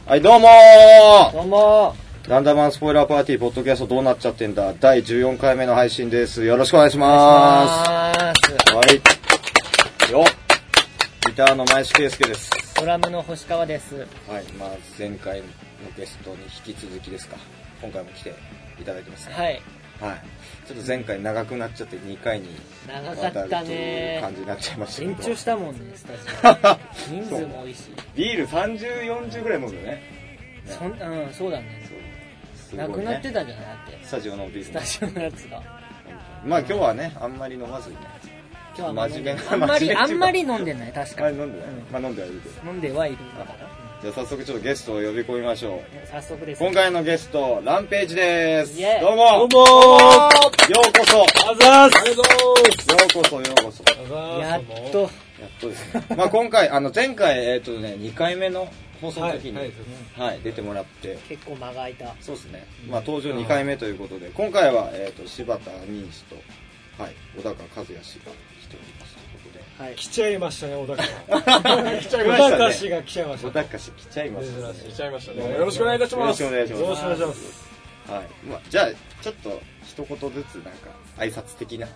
はい、どうもー。 どうもー。ランダマンスポイラーパーティーポッドキャストどうなっちゃってんだ第14回目の配信です。よろしくお願いしまーす。はい。よ。ギターの前志圭介です。 ドラムの星川です。 はい、まあ前回のゲストに引き続きですか。今回も来ていただいてますね。 はい。 はい。ちょっと前回長くなっちゃって2回に長かったね。 という感じになっちゃいましたけど。 延長したもんね、スタジオ。人数も多いし。 ビール30、40ぐらい飲んでね。 そうだね。なくなってたんじゃないだって。 スタジオのビール。 スタジオのやつが。 まあ今日はね、あんまり飲まずにね。 今日は真面目なあんまり飲んでない、確かに。 飲んでない。まあ飲んではいるけど。 飲んではいるのかな。 じゃあ早速ちょっとゲストを呼び込みましょう。 早速です。 今回のゲスト、ランページです。 イェーイ。 どうも。 どうもようこそ。 あざーす。 ようこそ、ようこそ。 やっとですね。まあ今回、前回、2回目の放送の時に、はい、出てもらって。 結構間が空いた。 そうですね。まあ登場2回目ということで、今回は、柴田兄氏と、はい、小高和也氏が来ております。 はい、 来ちゃいましたね、小高が。 来ちゃいましたね。 小高氏が来ちゃいました。 小高氏来ちゃいましたね。 来ちゃいましたね。よろしくお願いいたします。 よろしくお願いします。 よろしくお願いします。 はい。まあ、じゃあ、ちょっと一言ずつなんか挨拶的な。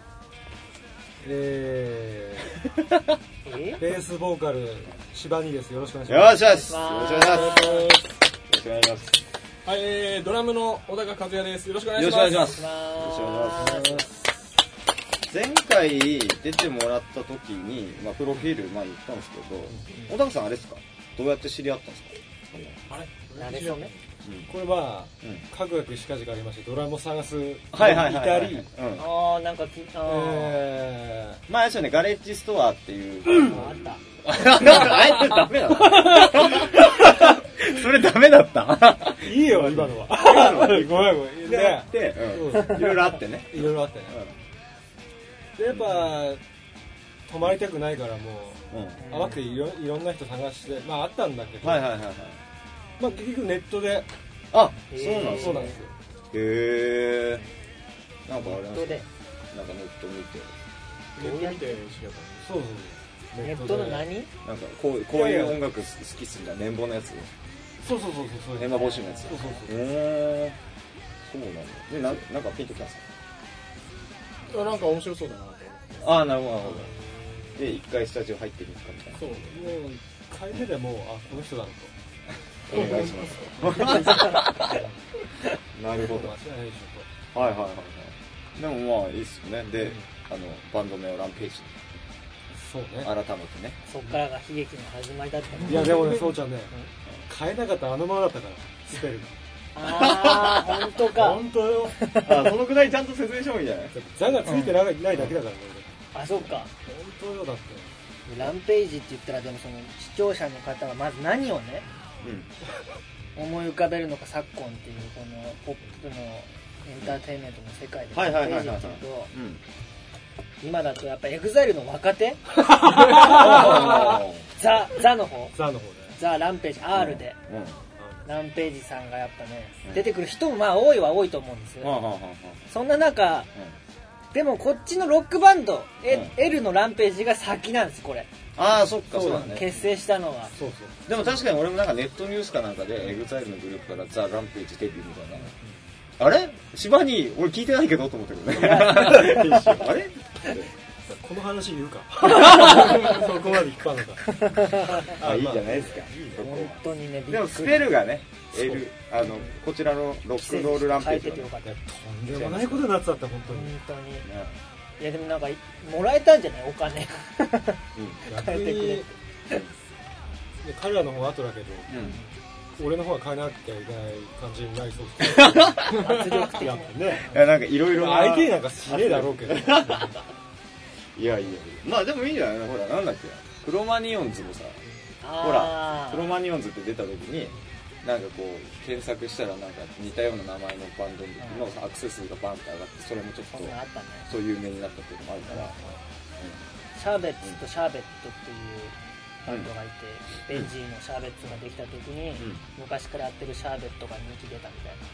ベースボーカル、柴兄です。よろしくお願いします。 よろしくお願いします。よろしくお願いします。よろしくお願いします。 はい、ドラムの小高和也です。よろしくお願いします。 よろしくお願いします。よろしくお願いします。前回出てもらった時に、まあ、プロフィール言ったんですけど、小高さんあれですか？どうやって知り合ったんですか？ あれなれそめ？ これは、かぐやくしかじがありまして、ドラムを探すいたり、 なんかまあ、あれですよね、ガレッジストアっていう。 あった。 なんか、あえてダメなの？それダメだった？ いいよ、今のは。ごめん。 で、いろいろあってね。 いろいろあってね。で、やっぱ、泊まりたくないからもう、甘くていろんな人探して、まああったんだけど、まあ結局ネットで、 あ、 そうなんですよ。 へー。なんかあれなんですか？なんかネット見て。 そう。 ネットの何？ なんかこういう音楽好きっすみたいな年俸のやつ。 そう。 年俸募集のやつ。そうなんだ。で、なんかピンときますか？ なんか面白そうだなと。 ああ、なるほど。で、一回スタジオ入ってみるかみたいな。 そう、もう、帰りでもう、この人だと。 お願いします。なるほど。はい。でもまあ、いいっすよね。で、バンド名をランページに。 そうね。 改めてね。 そっからが悲劇の始まりだったいや、でもね、そうちゃんね、変えなかったらあのままだったから、スペルが。本当か。 本当よ。 そのくらいちゃんと説明してもいいんじゃない？ 座がついてないだけだからね。 そっか。 本当よ、だって。 ランページって言ったら、でもその視聴者の方はまず何をね、思い浮かべるのか昨今っていうこのポップのエンターテインメントの世界でランページっていうと、今だとやっぱEXILEの若手ザの方ザランページ R でランページさんがやっぱね出てくる人もまあ多いは多いと思うんですよ。そんな中でもこっちのロックバンド L のランページが先なんですこれ。 ああ、そっか、そうだね。 結成したのは。 そう。でも確かに俺もなんかネットニュースかなんかで EXILE のグループからザ・ランページデビューみたいな。あれ？芝に俺聞いてないけどと思ったけどね。あれ？ この話言うか。そこまで聞かんのか。 いいじゃないですか。 本当にね。 でもスペルがね、こちらのロックンロールランページ。 とんでもないことになってたって本当に。 いやでもなんかもらえたんじゃないお金。変えてくれて。 彼らの方が後だけど、俺の方が変えなきゃいけない感じになりそうです。 圧力的ね。 なんかいろいろ相手になんかしねえだろうけど。 いや。まあでもいいんじゃないの？ほら、なんだっけ。クロマニヨンズもさ、ほら、クロマニヨンズって出た時に、なんかこう、検索したらなんか似たような名前のバンドのアクセス数がバンって上がって、それもちょっと、そう有名になったっていうのもあるから。 シャーベッツとシャーベットっていうバンドがいて、ベンジーのシャーベッツができた時に、昔からやってるシャーベットが人気出たみたいな。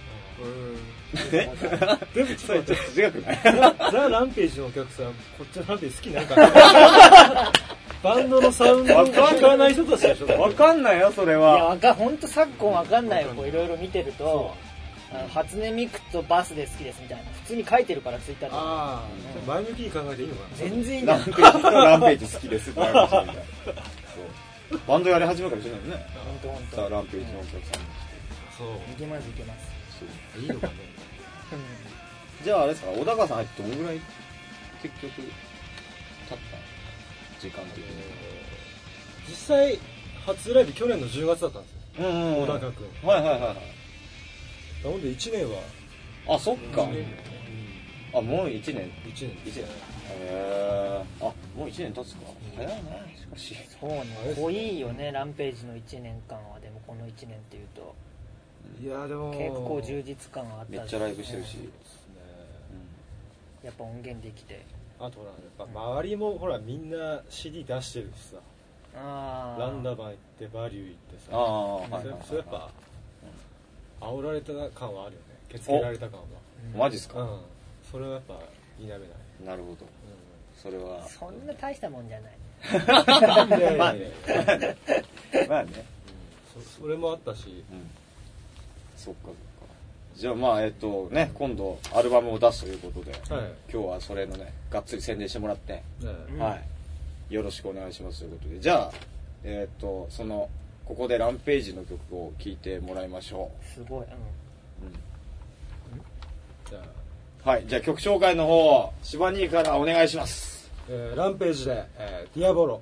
でもそれちょっと違くない？ ザ・ランページのお客さん、こっちのランページ好きなんかバンドのサウンドを聞かない人たちでしょ。 わかんないよそれは。 いやほんと昨今わかんないよ。いろいろ見てると初音ミクとバスで好きですみたいな普通に書いてるからツイッターとか。 ああ、前向きに考えていいのかな。 全然いいランページ好きですってなるかもしれない。バンドやり始めるかもしれないよね。 ほんとさあランページのお客さんにして。 そういけますいけます。 そういいのかね。 じゃああれですか、小高さん入ってどのぐらい結局経った時間的に。 実際初ライブ去年の10月だったんですよ。小高君。 はいはいはいはい。 なので1年は。 あ、そっか。あ、もう1年。 1年。 あ、もう1年経つか。早いね。しかし。 そうね。濃いよね。ランページの1年間は。でもこの1年っていうと。 いやでも結構充実感があった。 めっちゃライブしてるし。 やっぱ音源できて。 あとほらやっぱ周りもほらみんな CD 出してるしさ。ランダバー行ってバリュー行ってさ。それやっぱ煽られた感はあるよね。けつけられた感は。 マジっすか。 それはやっぱ否めない。 なるほど。それはそんな大したもんじゃない。 まあね。まあね。 それもあったし。 そっかそっか。じゃあまあね、今度アルバムを出すということで、今日はそれのねがっつり宣伝してもらって、はい、よろしくお願いしますということで、じゃあそのここでランページの曲を聴いてもらいましょう。 すごい。 はい、じゃあ曲紹介の方シバニーからお願いします。 ランページでディアボロ。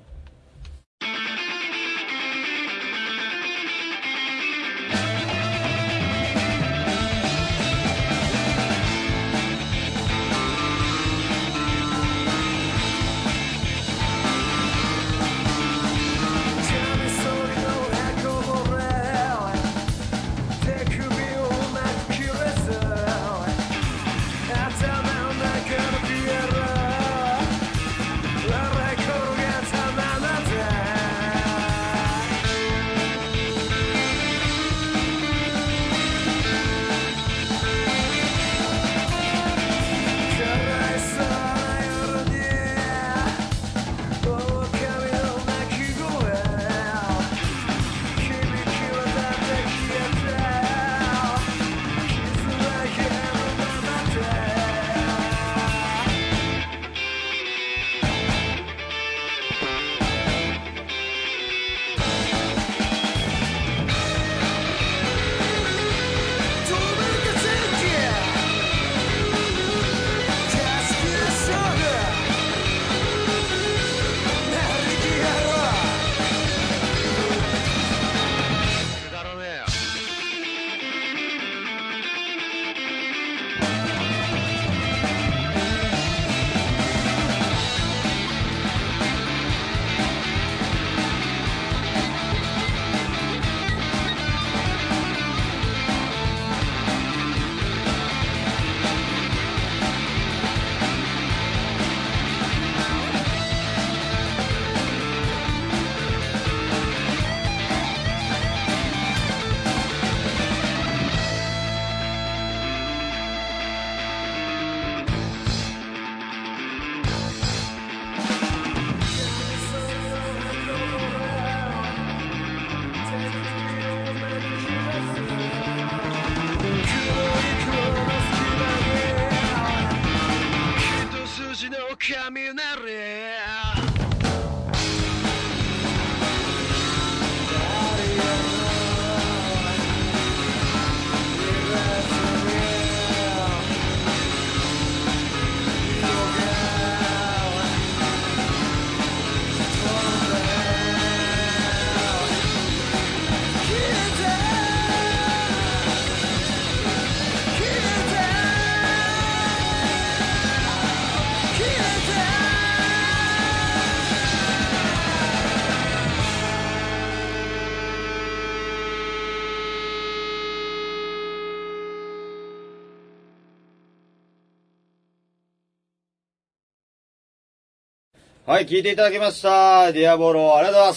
はい、聞いていただきました。ディアボロ、ありがとうございます。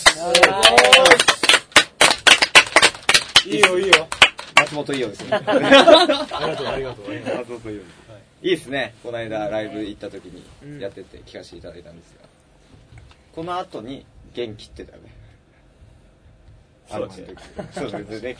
いいよ、いいよ。 松本伊代ですね。ありがとう、ありがとう。 松本伊代。いいですね。この間ライブ行った時にやってて聞かせていただいたんですが。この後に弦切ってたよね。 そうだね。 そうだね。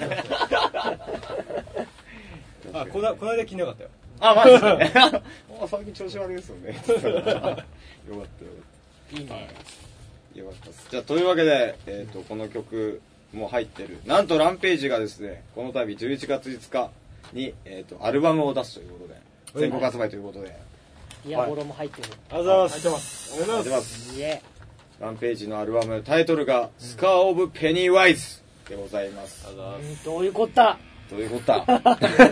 この間切んなかったよ。 マジで最近調子悪いですよね。よかったよかった。 いいね。 よかったです。じゃあというわけで、この曲も入ってる。なんとランページがですね、この度11月5日に、アルバムを出すということで、全国発売ということで。 イヤボロも入ってる。 ありがとうございます。 ありがとうございます。ランページのアルバム、タイトルが、スカー・オブ・ペニー・ワイズでございます。 どういうこったどういうこったま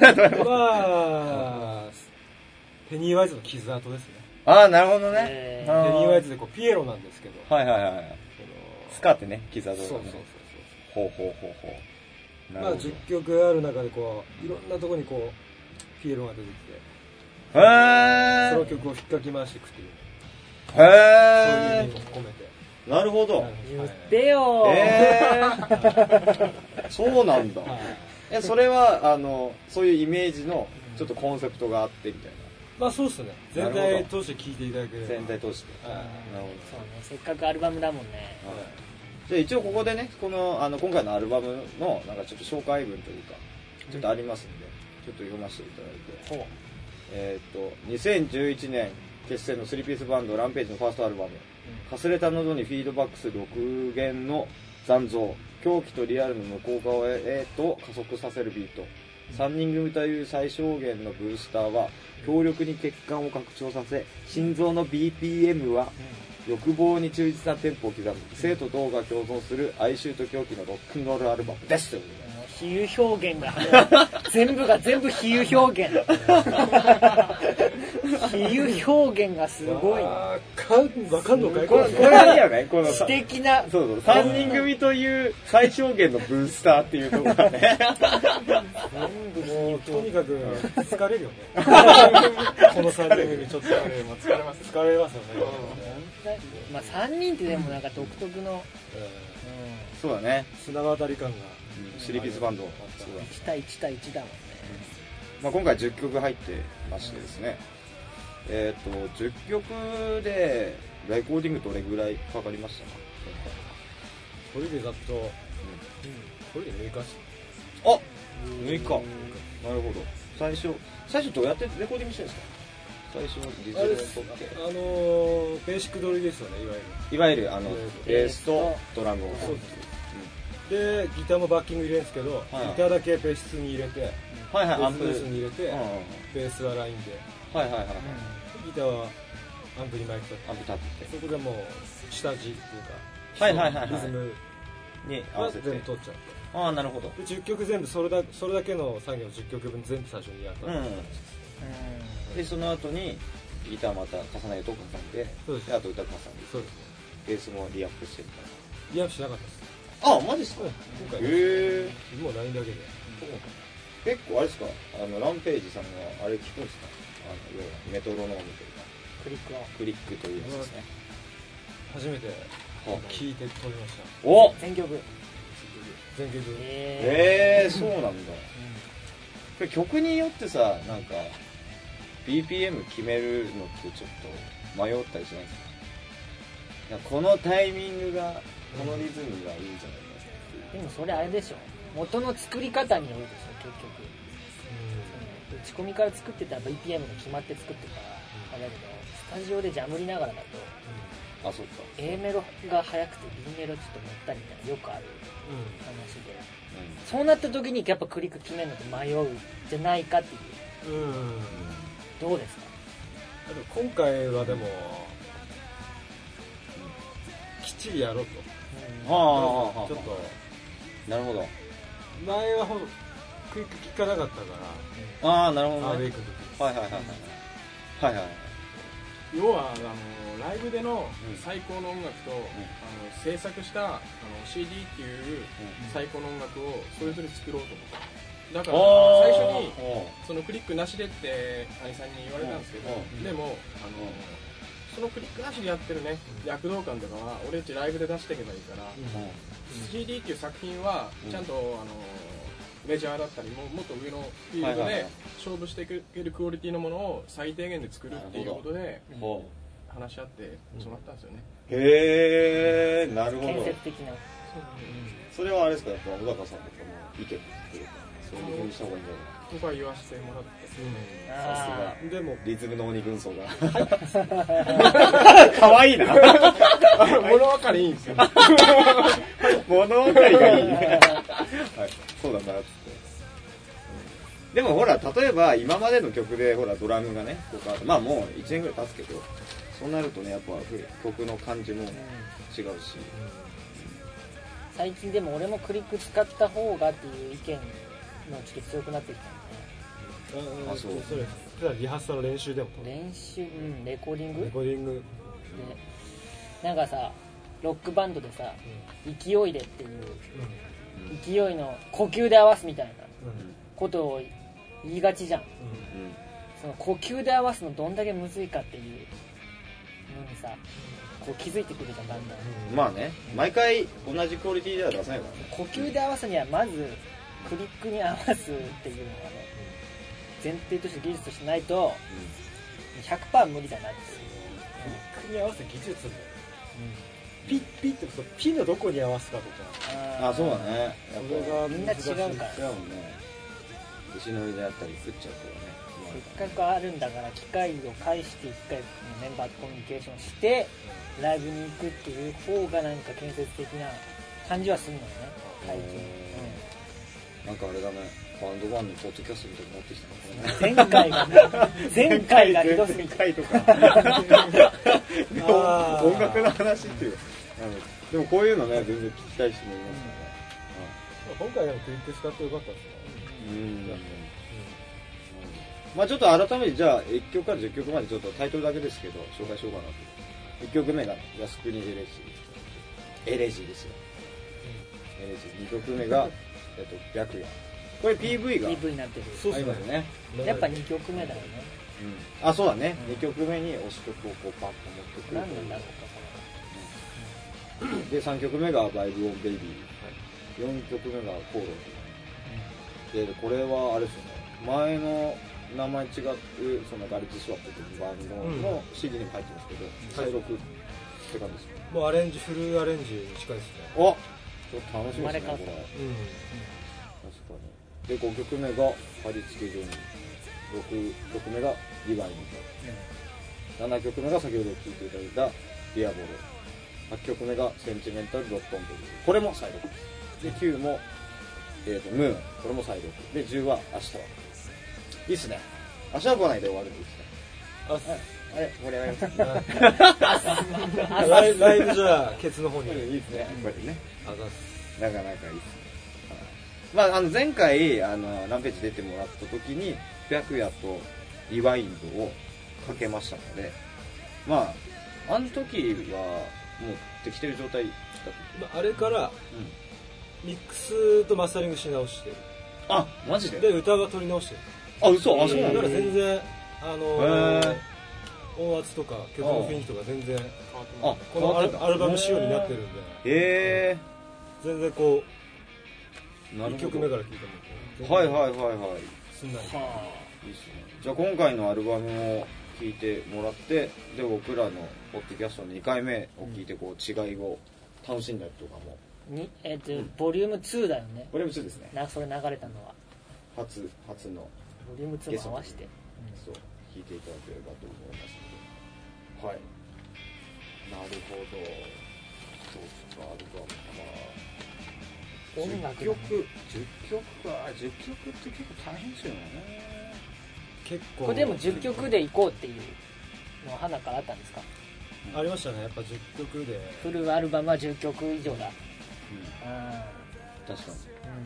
あ、ペニー・ワイズの傷跡ですね。 なるほどね。 ペニー・ワイズでピエロなんですけど。 はい。スカーってね、傷跡だね。 そう。 ほう。 まあ10曲ある中でいろんなとこにピエロが出てきて、その曲を引っかき回していくっていう。そういう意味も込めて。 なるほど。 言ってよそうなんだ。それはそういうイメージのちょっとコンセプトがあってみたいな。 まあそうっすね。全体通して聴いていただければ。 全体通して。なるほど。 そうね。せっかくアルバムだもんね。 じゃあ一応ここでね、この今回のアルバムのなんかちょっと紹介文というかちょっとありますんで、ちょっと読ませていただいて。2011年結成の3ピースバンドランページのファーストアルバム、かすれた喉にフィードバックする6弦の残像、狂気とリアルの向こう側へと加速させるビート、3人組という最小限のブースターは強力に血管を拡張させ、心臓の BPM は欲望に忠実なテンポを刻む、生と動が共存する哀愁と狂気のロックンロールアルバムですということで、 比喩表現が全部比喩表現比喩表現がすごいわかんのかいこれあれやね、この素敵なそう3人組という最小限のブースターっていうところがね全部もうとにかく疲れるよねこの3人組ちょっと疲れますよね。 まあ3人ってでもなんか独特のそうだね、 綱渡り感がスリーピースバンド1 対1対1だもんね。 今回10曲入ってましてですね、10曲でレコーディングどれぐらいかかりましたか？ これでざっと、これで6日し 6日、なるほど。最初どうやってレコーディングしてるんですか？最初リズムを取ってベーシックドリですよね、 いわゆるベースとドラムをそうです、でギターもバッキング入れるんですけど、ギターだけベースに入れて、アンプに入れて、ベースはラインで、ギターはアンプにマイク立ってそこでもう下地っていうかリズムに合わせて全部取っちゃって、 なるほど。 で10曲全部それだけの作業を10曲分全部最初にやったんでその後にギターまた重ねると重ねて、であと歌重ねて、 そうですね。 ベースもリアップしてるから。 リアップしなかったです。 マジっすか？ 今回もうラインだけで。 結構あれですか、ランページさんがあれ聞くんですか？要はメトロノームというかクリックというやつですね。 初めて聞いて撮りました。 全曲そうなんだ。これ曲によってさ、なんか BPM 決めるのってちょっと迷ったりしないですか？このタイミングがこのリズムがいいんじゃないかでもそれあれでしょ、元の作り方によるでしょ結局。打ち込みから作ってたら BPM が決まって作ってるからあれだけど、スタジオでジャムりながらだとそうか、 A メロが速くて B メロちょっと乗ったみたいなよくある話で、そうなった時にやっぱクリック決めるのと迷うんじゃないかっていう、どうですか？ 今回はでもきっちりやろうと、ちょっとなるほど。 前はクイック聞かなかったから、 なるほどね。 アウェイクの時要はライブでの最高の音楽と、制作したCD っていう最高の音楽をそれぞれ作ろうと思った。だから最初にそのクリックなしでって兄さんに言われたんですけど、でもそのクリックなしでやってるね躍動感とかは俺たちライブで出していけばいいから、CD っていう作品はちゃんとメジャーだったりもっと上のフィールドで勝負していけるクオリティのものを最低限で作るっていうことで話し合ってそうなったんですよね。 へえ、なるほど。 建設的な。 それはあれですか、やっぱ小高さんとかも意見っていうか、そういう風にした方がいいんじゃないとか言わせてもらって。 さすが。 でもリズムの鬼軍曹が。かわいいな。 物分かりいいんですよ。 物分かりがいい。はい、そうだなっつって。でもほら、例えば今までの曲でほらドラムがね、まあもう1年ぐらい経つけど、そうなるとね、やっぱ曲の感じも違うし。 最近でも俺もクリック使った方がっていう意見もちょっと強くなってきたんで。 あ、そう。それリハーサル練習でも練習、レコーディングでなんかさ、ロックバンドでさ、勢いでっていう、勢いの呼吸で合わすみたいなことを言いがちじゃん。その呼吸で合わすのどんだけむずいかっていうのにさ、こう気づいてくるじゃん、だんだん。 まあね、毎回同じクオリティでは出せないからね。 呼吸で合わすにはまずクリックに合わすっていうのがね、前提として技術としてないと 100% 無理だなっていう。 クリックに合わせ技術も、ピッピッってピのどこに合わすかとか。あ、そうだね。 それがみんな違うから。違うもんね。 牛のりであったり食っちゃうとかね。 せっかくあるんだから機械を介して一回メンバーとコミュニケーションしてライブに行くっていう方がなんか建設的な感じはするのよね、最近。 なんかあれだね、バンドワンのポッドキャストみたいに持ってきたのね。前回がひどすぎて。 とか。音楽の話っていう。でもこういうのね、全然聞きたい人もいますからね。今回でもクリック使ってよかったですね。 まあちょっと改めてじゃあ1曲から10曲までちょっとタイトルだけですけど紹介しようかなと。1曲目が靖国エレジーですよ。エレジー。2曲目が白夜。これ PV が PV になってる。 ありますよね。 やっぱ2曲目だよね。 あ、そうだね。2曲目に推し曲をこうパッと持ってくる。 何なんだろうか。で3曲目がバイブオンベイビー。4曲目がコーロン。でこれはあれですよね。前の名前違うそのガリッジスワップというバンドの CD にも入ってますけど、再録って感じですか。 もうアレンジ、フルアレンジに近いですね。 お、ちょっと楽しみですねこれ。確かに。で5曲目が貼り付けジョニー、6曲目がリバインド、7曲目が先ほど聴いていただいたディアボロ、8曲目がセンチメンタルロットンベル、これも再録で、9もムーン、これも再録で、10は明日は。いいっすね。明日は来ないで終わるんですね。あれ盛り上がりました。 ライブじゃあケツの方に。 いいっすね。こうやってね。なかなかいいっすね。まあ前回何ページ出てもらった時に白夜とリワインドをかけましたので、まああの時はもうできてる状態だと。あれからミックスとマスタリングし直してる。 あ、マジで？ で歌が取り直してる。 あ、嘘？あ、そうなんだ。 だから全然音圧とか曲の雰囲気とか全然このアルバム仕様になってるんで、全然こう1曲目から聴いてもはいすんなり。 いいっすね。じゃあ今回のアルバムを聴いてもらって、で僕らのポッドキャストの2回目を聴いてこう違いを楽しんだりとかも。 ボリューム2だよね。 ボリューム2ですね。 それ流れたのは初のボリューム2も合わせてそう聴いていただければと思いますので、はい。なるほど。そうか、アルバムか。10曲って結構大変ですよね。 結構。 これでも10曲で行こうっていうのは花からあったんですか？ ありましたね。やっぱ10曲で。 フルアルバムは10曲以上だ。 確かに。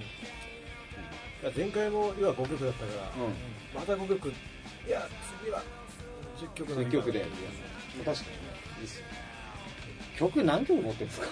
前回も要は5曲だったから、また5曲、いや次は10曲 10曲で。確かにね。いいっすよ。曲何曲持ってるんですか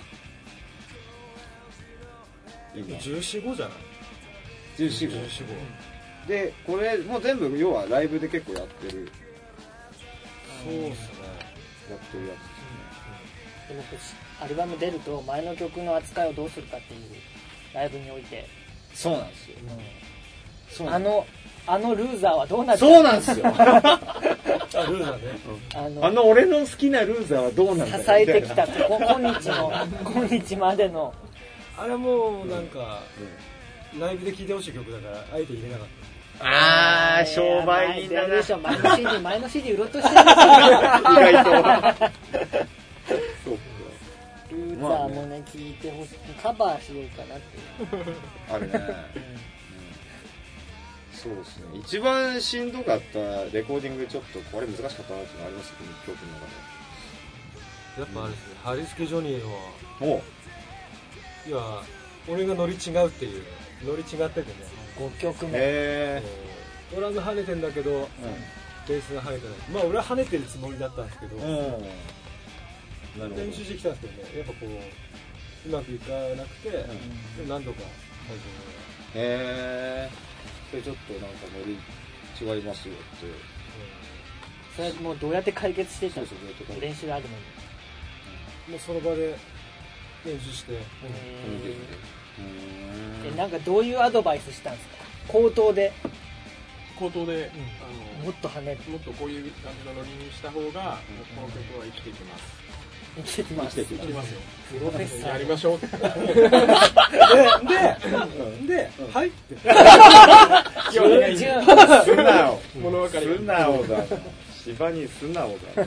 今？14、5じゃない？ 14、5。で、これもう全部要はライブで結構やってる。 そうっすね。 やってるやつでもアルバム出ると前の曲の扱いをどうするかっていうライブにおいて。 そうなんですよ。 あのルーザーはどうなる？ そうなんですよ。 ルーザーね。 俺の好きなルーザーはどうなんだよ。 支えてきた今日までの。 あれもなんか、ライブで聴いてほしい曲だからあえて入れなかった。 商売人だな。 前の CD 売ろうとしてるんですよ。意外と。 ルーザーもね、聴いてほしい。カバーしようかなって。 あるね。そうですね。一番しんどかったレコーディング、ちょっとこれ難しかったなっていうのありますよね、曲の中で。やっぱあれですね、ハリスケジョニーの、いや、俺がノリ違うっていう、ノリ違っててね。 5曲目。 ドラム跳ねてんだけど、ベースが跳ねてない。まあ俺は跳ねてるつもりだったんですけど、練習してきたんですけどね、やっぱこう、うまくいかなくて、何度か最初に。 それちょっとなんかノリ違いますよって。 それもうどうやって解決していったんですか、練習あるのに。 もうその場で練習して。 なんかどういうアドバイスしたんですか？口頭で、 もっと跳ねる、 もっとこういう感じのノリにした方がこの曲は生きていきます。 生きてきますよ。 プロフェッサーやりましょうって。 で、はいって。 素直。 物分かり。 素直だ。芝に素直だ。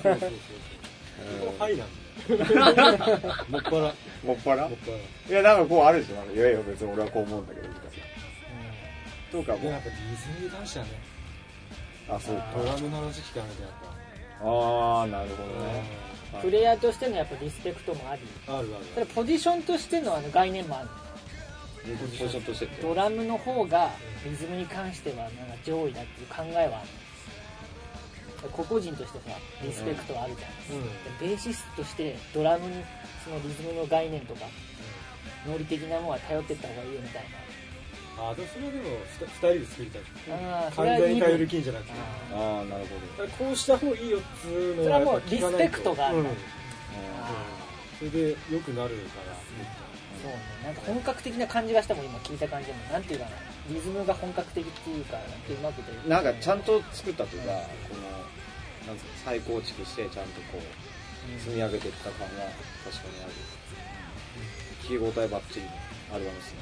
はいなんだ。もっぱら。 いや、なんかこうあるでしょ。いやいや、別に俺はこう思うんだけど、とかも。 やっぱリズムに関してはね。 そうか。 ドラムの話聞かなきゃやっぱ。なるほどね。 プレイヤーとしてのやっぱリスペクトもあり。 ある。 ただポジションとしての概念もある。 ポジションとしてドラムの方がリズムに関してはなんか上位だっていう考えはある。個々人としてさ、リスペクトはあるじゃん。ベーシストとしてドラムにそのリズムの概念とか、ノリ的なものは頼っていった方がいいよみたいな。 でもそれはでも2人で作りたい。完全に頼りきんじゃなくて。 なるほど。 こうした方がいいよっつうのそれはもうリスペクトがある。 それで良くなるから。 そうね。なんか本格的な感じがしたもん今聞いた感じでも、なんていうかな、リズムが本格的っていうか、うまくて。 なんかちゃんと作ったというか、このなんですか、再構築してちゃんとこう積み上げていった感は確かにある。聞き応えバッチリのアルバムですね。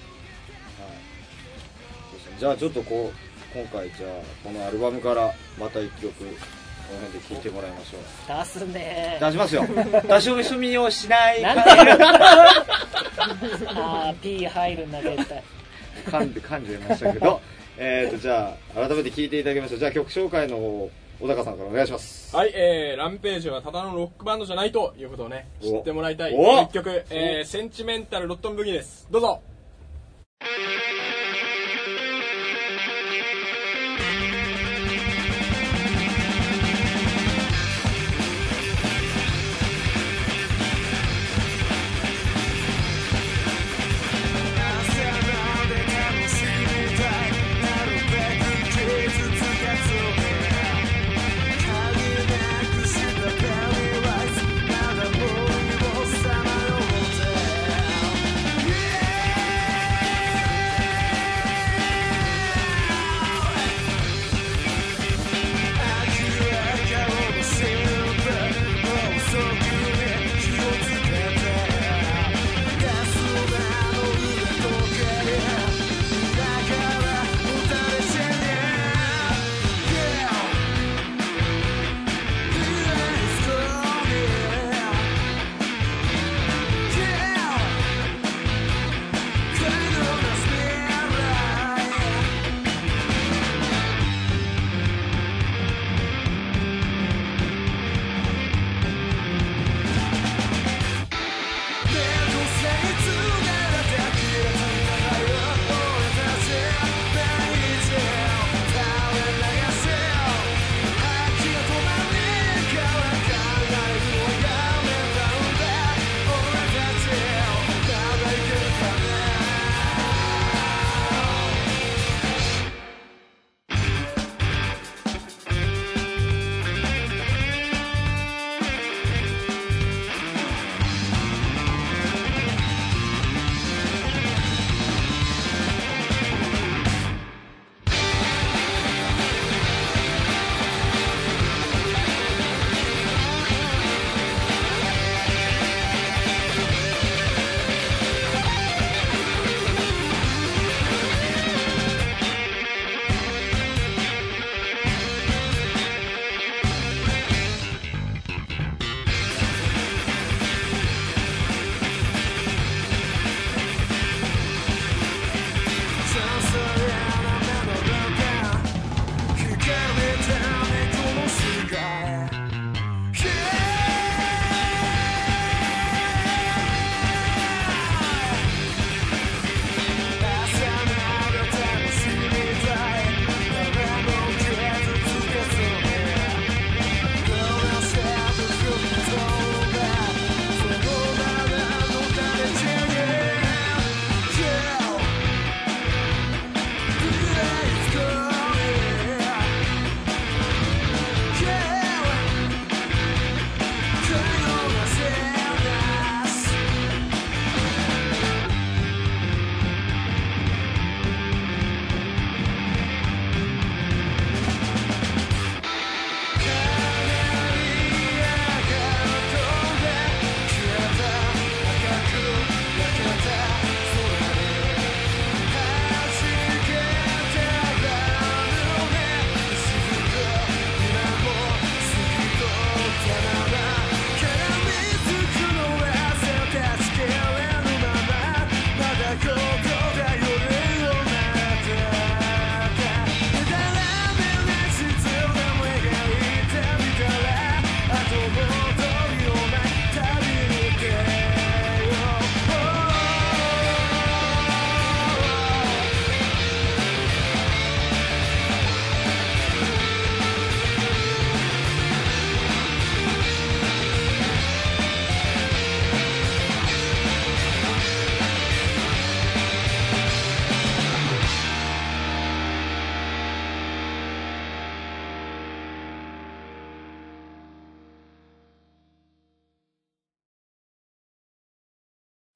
じゃあちょっと今回じゃあこのアルバムからまた1曲この辺で聴いてもらいましょう。 出すね。 出しますよ。出し惜しみをしない。 P 入るんだ絶対。 噛んでましたけど、じゃあ改めて聴いていただきましょう。じゃあ曲紹介の方小高さんからお願いします。 はい、ランページはただのロックバンドじゃないということをね知ってもらいたい1曲、センチメンタルロットンブギです。どうぞ。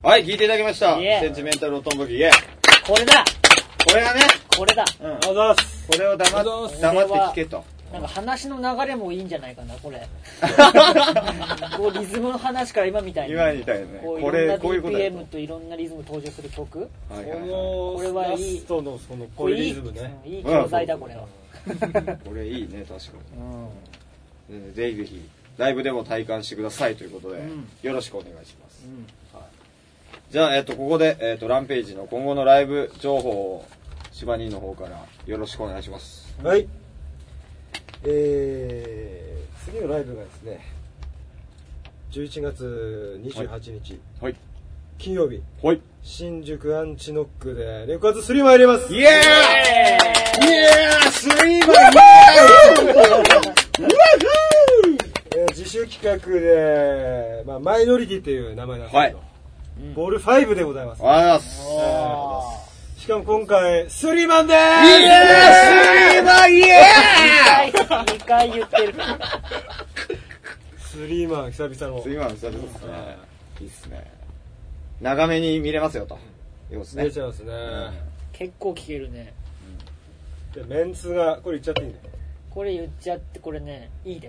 はい、聞いていただきました。センチメンタルロトンボキ、 これだ。 これがね。 これだ。 ありがとうございます。 これを黙って聞けと。 なんか話の流れもいいんじゃないかな、これ。こうリズムの話から今みたいに。 今みたいなね。 こういろんな BPM といろんなリズム登場する曲。 これはいい。ラストのそのこれリズムね。 いい教材だ、これは。 これいいね、確かに。ぜひぜひ、ライブでも体感してくださいということで、よろしくお願いします。じゃあ、ここで、ランページの今後のライブ情報を、シバニーの方からよろしくお願いします。 はい。次のライブがですね、11月28日、 はい、 金曜日、 はい、 新宿アンチノックでレコ発3枚入れます。 イエーイ3枚自主企画で、マイノリティという名前なんですけど、ボール5でございます。 ありがとうございます。 しかも今回、スリーマンでーす。 イエーイスリーマンイエーイ2回言ってる。 スリーマン久々の。 スリーマン久々ですね。いいっすね。長めに見れますよと。 見れちゃいますね。 結構聞けるね。 でメンツが、これ言っちゃっていいね。 これ言っちゃって、これね、いいです。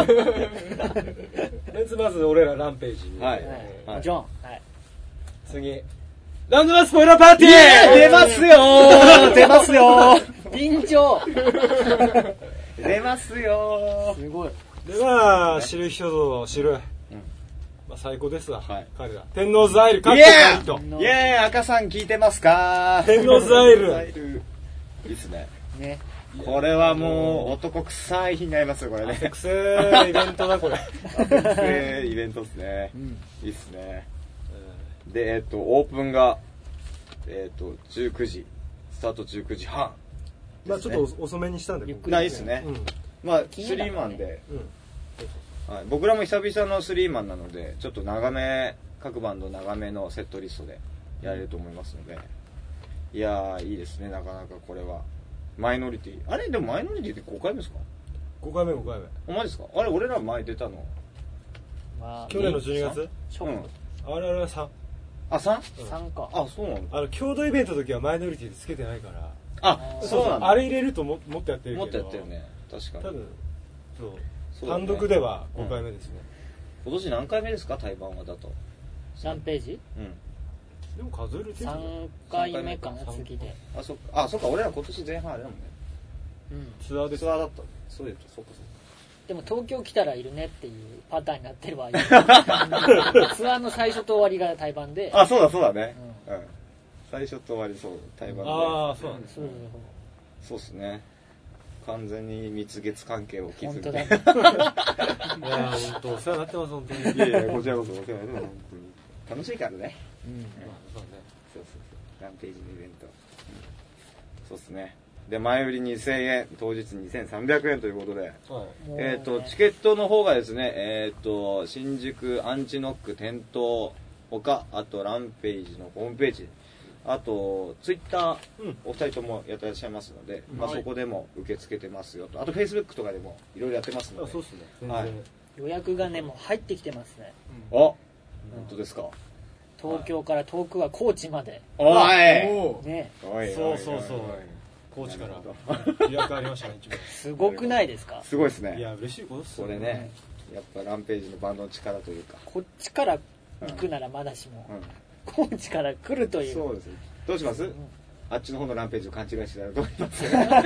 メンツまず俺らランページに。 はい。ジョン。はい。 次。ランドマスポイラーパーティー出ますよー出ますよー緊張出ますよーすごい。 で知る人ぞ知る。最高ですわ、彼ら。天王ザイル、 イエーイ赤さん聞いてますか天王ザイル。 いいっすね。 ね。 これはもう男臭い日になりますよ、これね。 汗くせーイベントだ、これ。 汗くせーイベントっすね。いいっすね。で、オープンが、19時、スタート19時半。 ちょっと遅めにしたんで、 ないっすね。スリーマンで、僕らも久々のスリーマンなので、ちょっと長め、各バンド長めのセットリストでやれると思いますので、いやー、いいですね、なかなかこれは。マイノリティ。あれでもマイノリティって5回目ですか ?5 回目、5回目。 マジですかあれ、俺ら前出たの。 去年の12月あれは3。 あ、 3か。 あ、そうなんだ。 共同イベントの時はマイノリティでつけてないから。 あ、そうなんだ。 あれ入れるともっとやってるけど。 もっとやってるね。確かに。 多分、そう。単独では5回目ですね。 今年何回目ですか対バンはだと。 何ページ？ でも数える 3回目かな、次で。 あ、そっか。あ、そっか。俺ら今年前半あれだもんね。 ツアーで。 ツアーだった。そういうと、そっかそっか。 でも東京来たらいるねっていうパターンになってるわ。ツアーの最初と終わりが対バンで。 あ、そうだそうだね。最初と終わりそう、対バンで。 ああ、そうなんですね。 そうっすね。完全に蜜月関係を築いて。 本当だ。 いや、本当お世話になってます、本当に。 いやいや、こちらこそお世話になってます、本当に。楽しいからね。 そうね。 そう。ランページのイベント。そうっすね。で、前売り2000円、当日2300円ということで、チケットの方がですね、新宿アンチノック店頭ほか、あとランページのホームページ、あとツイッター、お二人ともやってらっしゃいますので、そこでも受け付けてますよと、あとフェイスブックとかでもいろいろやってますので、 そうですね。 はい。 予約がね、もう入ってきてますね。 本当ですか。 東京から遠くは高知まで。 おいね。 そう高知から予約ありましたね、一番。 すごくないですか？ すごいですね。 いや、嬉しいことっすこれね、やっぱランページのバンドの力というか。 こっちから行くならまだしも、高知から来るという。 そうです。どうします？あっちの方のランページを勘違いしてたらどう思います？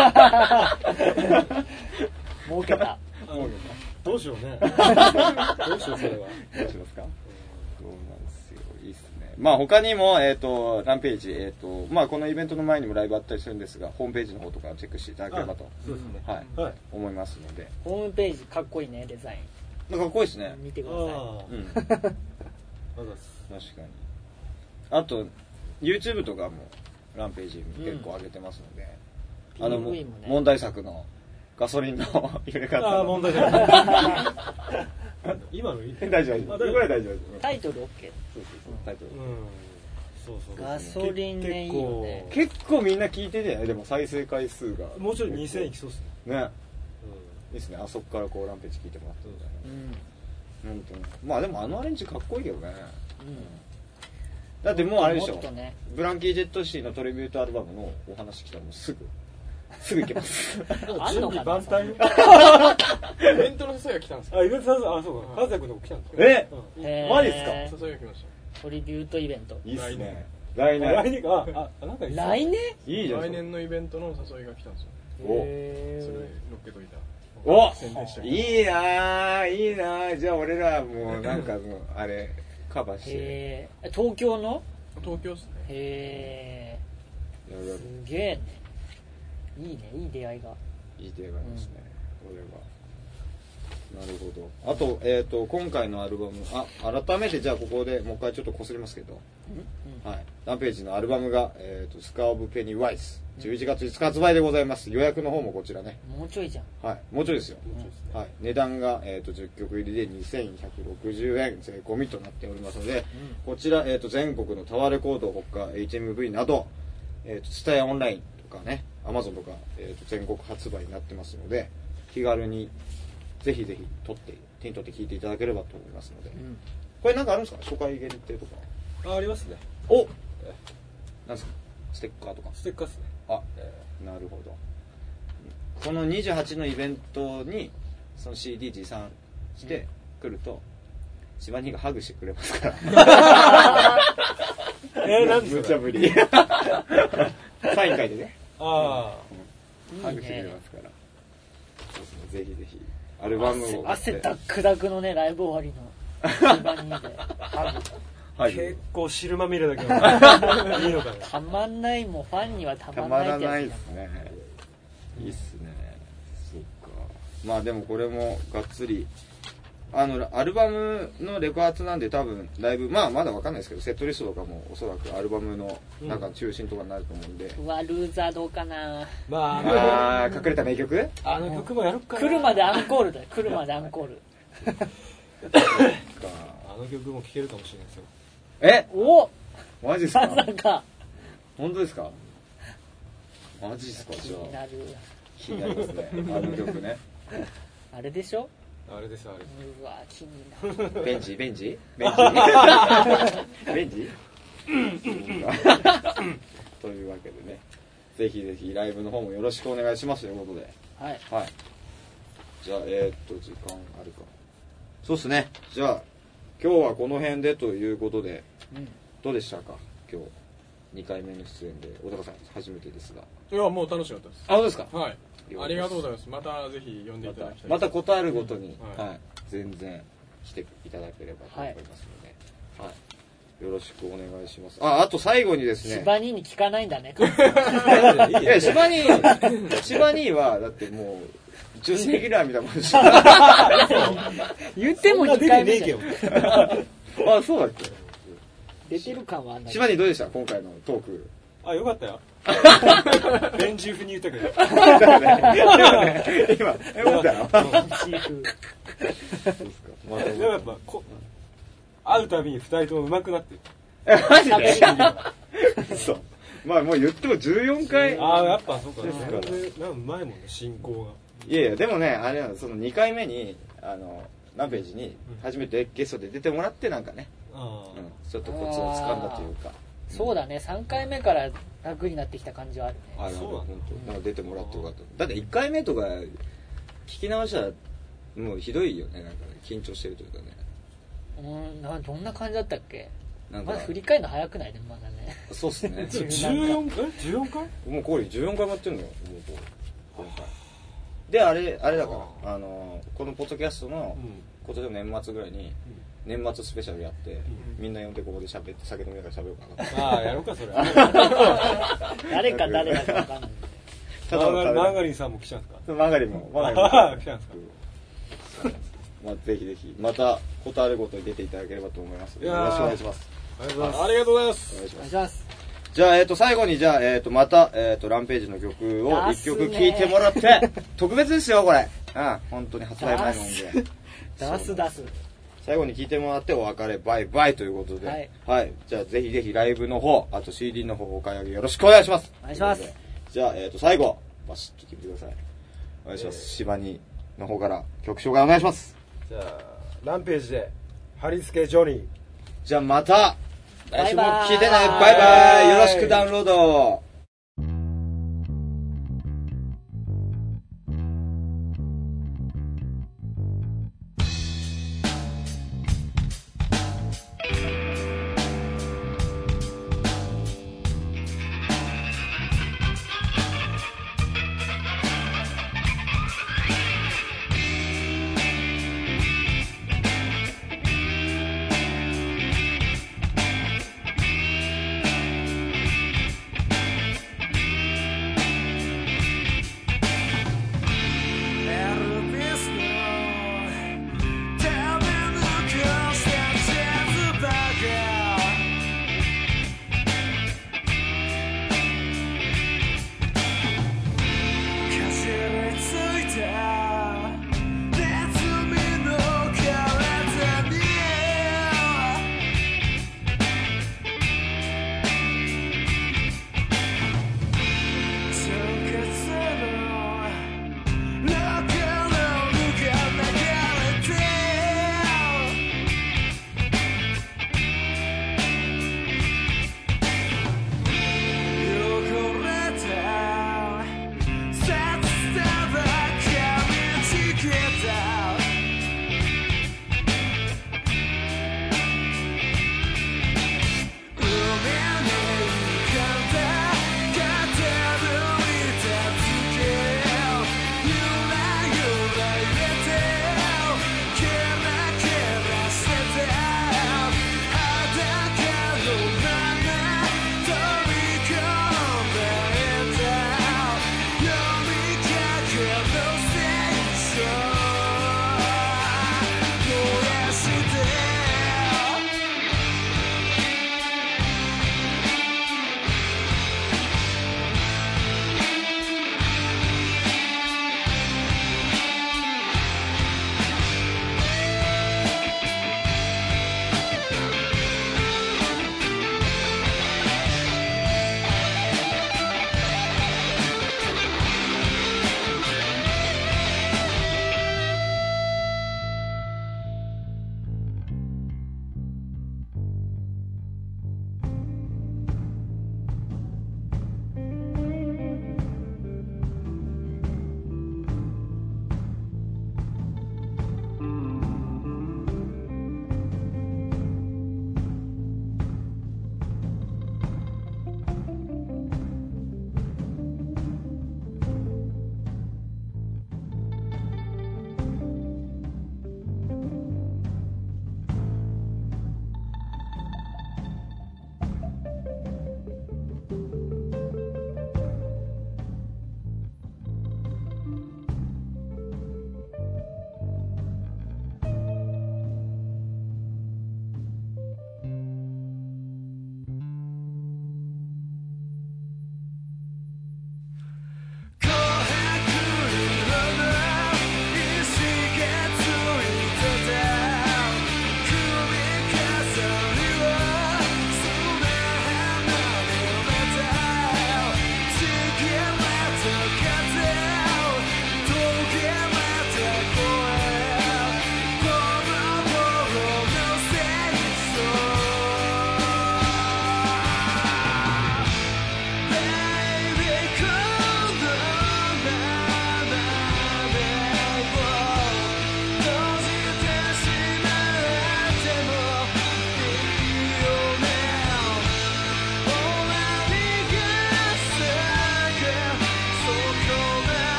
儲けた。 どうしようね。どうしよう、それは。 どうしますか？そうなんですよ。いいっすね。他にも、ランページ、このイベントの前にもライブあったりするんですが、ホームページの方とかチェックしていただければと、はい、思いますので。 ホームページかっこいいね、デザイン。 かっこいいですね。 見てください。 確かに。あと、YouTube とかもランページ結構上げてますので、問題作のガソリンの入れ方。 問題じゃない。今の大丈夫。これ大丈夫。 タイトル OK。 そう、タイトル。 ガソリンね、いいよね。 結構みんな聞いててね、でも再生回数が。 もうちょい2000いきそうっすね。 ね。いいっすね。あそこからこうランページ聞いてもらってみたいな。本当に。でもあのアレンジかっこいいけどね。 だってもうあれでしょ、 ね、 ブランキー・ジェットシティのトリビュートアルバムのお話来たらもうすぐ行けます準備万端イベントの誘いが来たんですか？ イベントの誘い、そうか、和也君のとこ来たんですか？ マジですか？ 誘いが来ました。 トリビュートイベント。 いいっすね。 来年来年いいじゃん。 来年のイベントの誘いが来たんですよ。それ乗っけといた。 お、いいなー、いいなー。じゃあ俺らもうなんかもうあれカバーして。 東京の？ 東京っすね。 へー。すげえね。いいね、いい出会いが。 いい出会いがありますね。俺は。なるほど。あと今回のアルバム、改めてじゃあここでもう一回ちょっと擦りますけど、はい。ランページのアルバムがスカー・オブ・ペニー・ワイス。11月5日発売でございます。予約の方もこちらね。 もうちょいじゃん。 はい。もうちょいですよ。はい。値段が10曲入りで2160円税込みとなっておりますので、こちら全国のタワーレコードほか HMV などツタヤオンラインとかね、Amazon とか全国発売になってますので、気軽にぜひぜひ手に取って聴いていただければと思いますので。これなんかあるんですか？初回限定とか。 ありますね。 お、なんですか？ステッカーとか。 ステッカーですね。 なるほど。この28のイベントにその CD 持参してくると芝兄がハグしてくれますからなんで無茶ぶりサイン書いてね、ハグしてくれますから、そうですね、ぜひぜひアルバムを汗ダックダクのねライブ終わりの芝兄でハグ結構汁まみれだけどいいのかな。 たまんない、もうファンにはたまんないってやつ。 たまらないですね。いいっすね。そっか。まあでもこれもがっつりアルバムのレコ発なんで多分ライブまだわかんないですけどセットリストとかもおそらくアルバムのなんか中心とかになると思うんで。 ルーザーどうかな。 隠れた名曲？ 曲もやるかな。 来るまでアンコールだよ。来るまでアンコール。 あの曲も聴けるかもしれないですよ。 お、 マジですか？ まさか。 本当ですか？マジですか？じゃあ気になりますね。あの曲ね。 あれでしょ？ あれです。 うわ、気になる。 ベンジというわけでね、ぜひぜひライブの方もよろしくお願いしますということで。 はい。 じゃあ時間あるか。そうですね。じゃあ今日はこの辺でということで、どうでしたか？今日2回目の出演で小高さん初めてですが。 いやもう楽しかったです。 そうですか？ はい。ありがとうございます。またぜひ呼んでいただきたい。 またことあるごとに、全然来ていただければと思いますので、よろしくお願いします。あと最後にですね。 芝兄に聞かないんだね。 いや芝兄はだってもう女子レギュラーみたいなもんでしょ。 言っても2回目じゃん。 そうだっけ？ 出てる感はあんない。 芝兄どうでした今回のトーク？ よかったよ。ベンジー風に言ったけど。 今、よかったよ。 ベンジー風。 でもやっぱ会うたびに2人とも上手くなってる。マジで？そう。まあもう言っても14回。 やっぱそうか。うまいもんね、進行が。 いやでもね、あれなの、その2回目にランページに初めてゲストで出てもらってなんかね、ちょっとコツをつかんだというか。 そうだね、3回目から楽になってきた感じはあるね。 そうだね、本当。出てもらってよかった。だって1回目とか聞き直したらもうひどいよね、なんかね、緊張してるというかね。 どんな感じだったっけ？ まだ振り返るの早くないでもまだね。 そうっすね。 14回？ もうこれ14回もやってんのよ、今回。で、あれだから、このポッドキャストの今年の年末ぐらいに年末スペシャルやって、みんな呼んでここで喋って酒飲みながら喋ろうかな。 やろうかそれ。 誰か誰だか分かんない。 マーガリンさんも来ちゃうんですか？ マーガリンも来ちゃうんですか？ ぜひぜひまたことあるごとに出ていただければと思います。よろしくお願いします。 ありがとうございます。 お願いします。 じゃあ最後にまたランページの曲を1曲聴いてもらって特別ですよこれ。本当に発売前の音源。 出す。 最後に聴いてもらってお別れバイバイということで、じゃあぜひぜひライブの方、あと CD の方お買い上げよろしくお願いします。 お願いします。 じゃあ最後バシッと聴いてください。お願いします。芝にの方から曲紹介お願いします。 じゃあランページで貼り付けジョニー。 じゃあまた来週も聞いてね。バイバイ。よろしくダウンロード。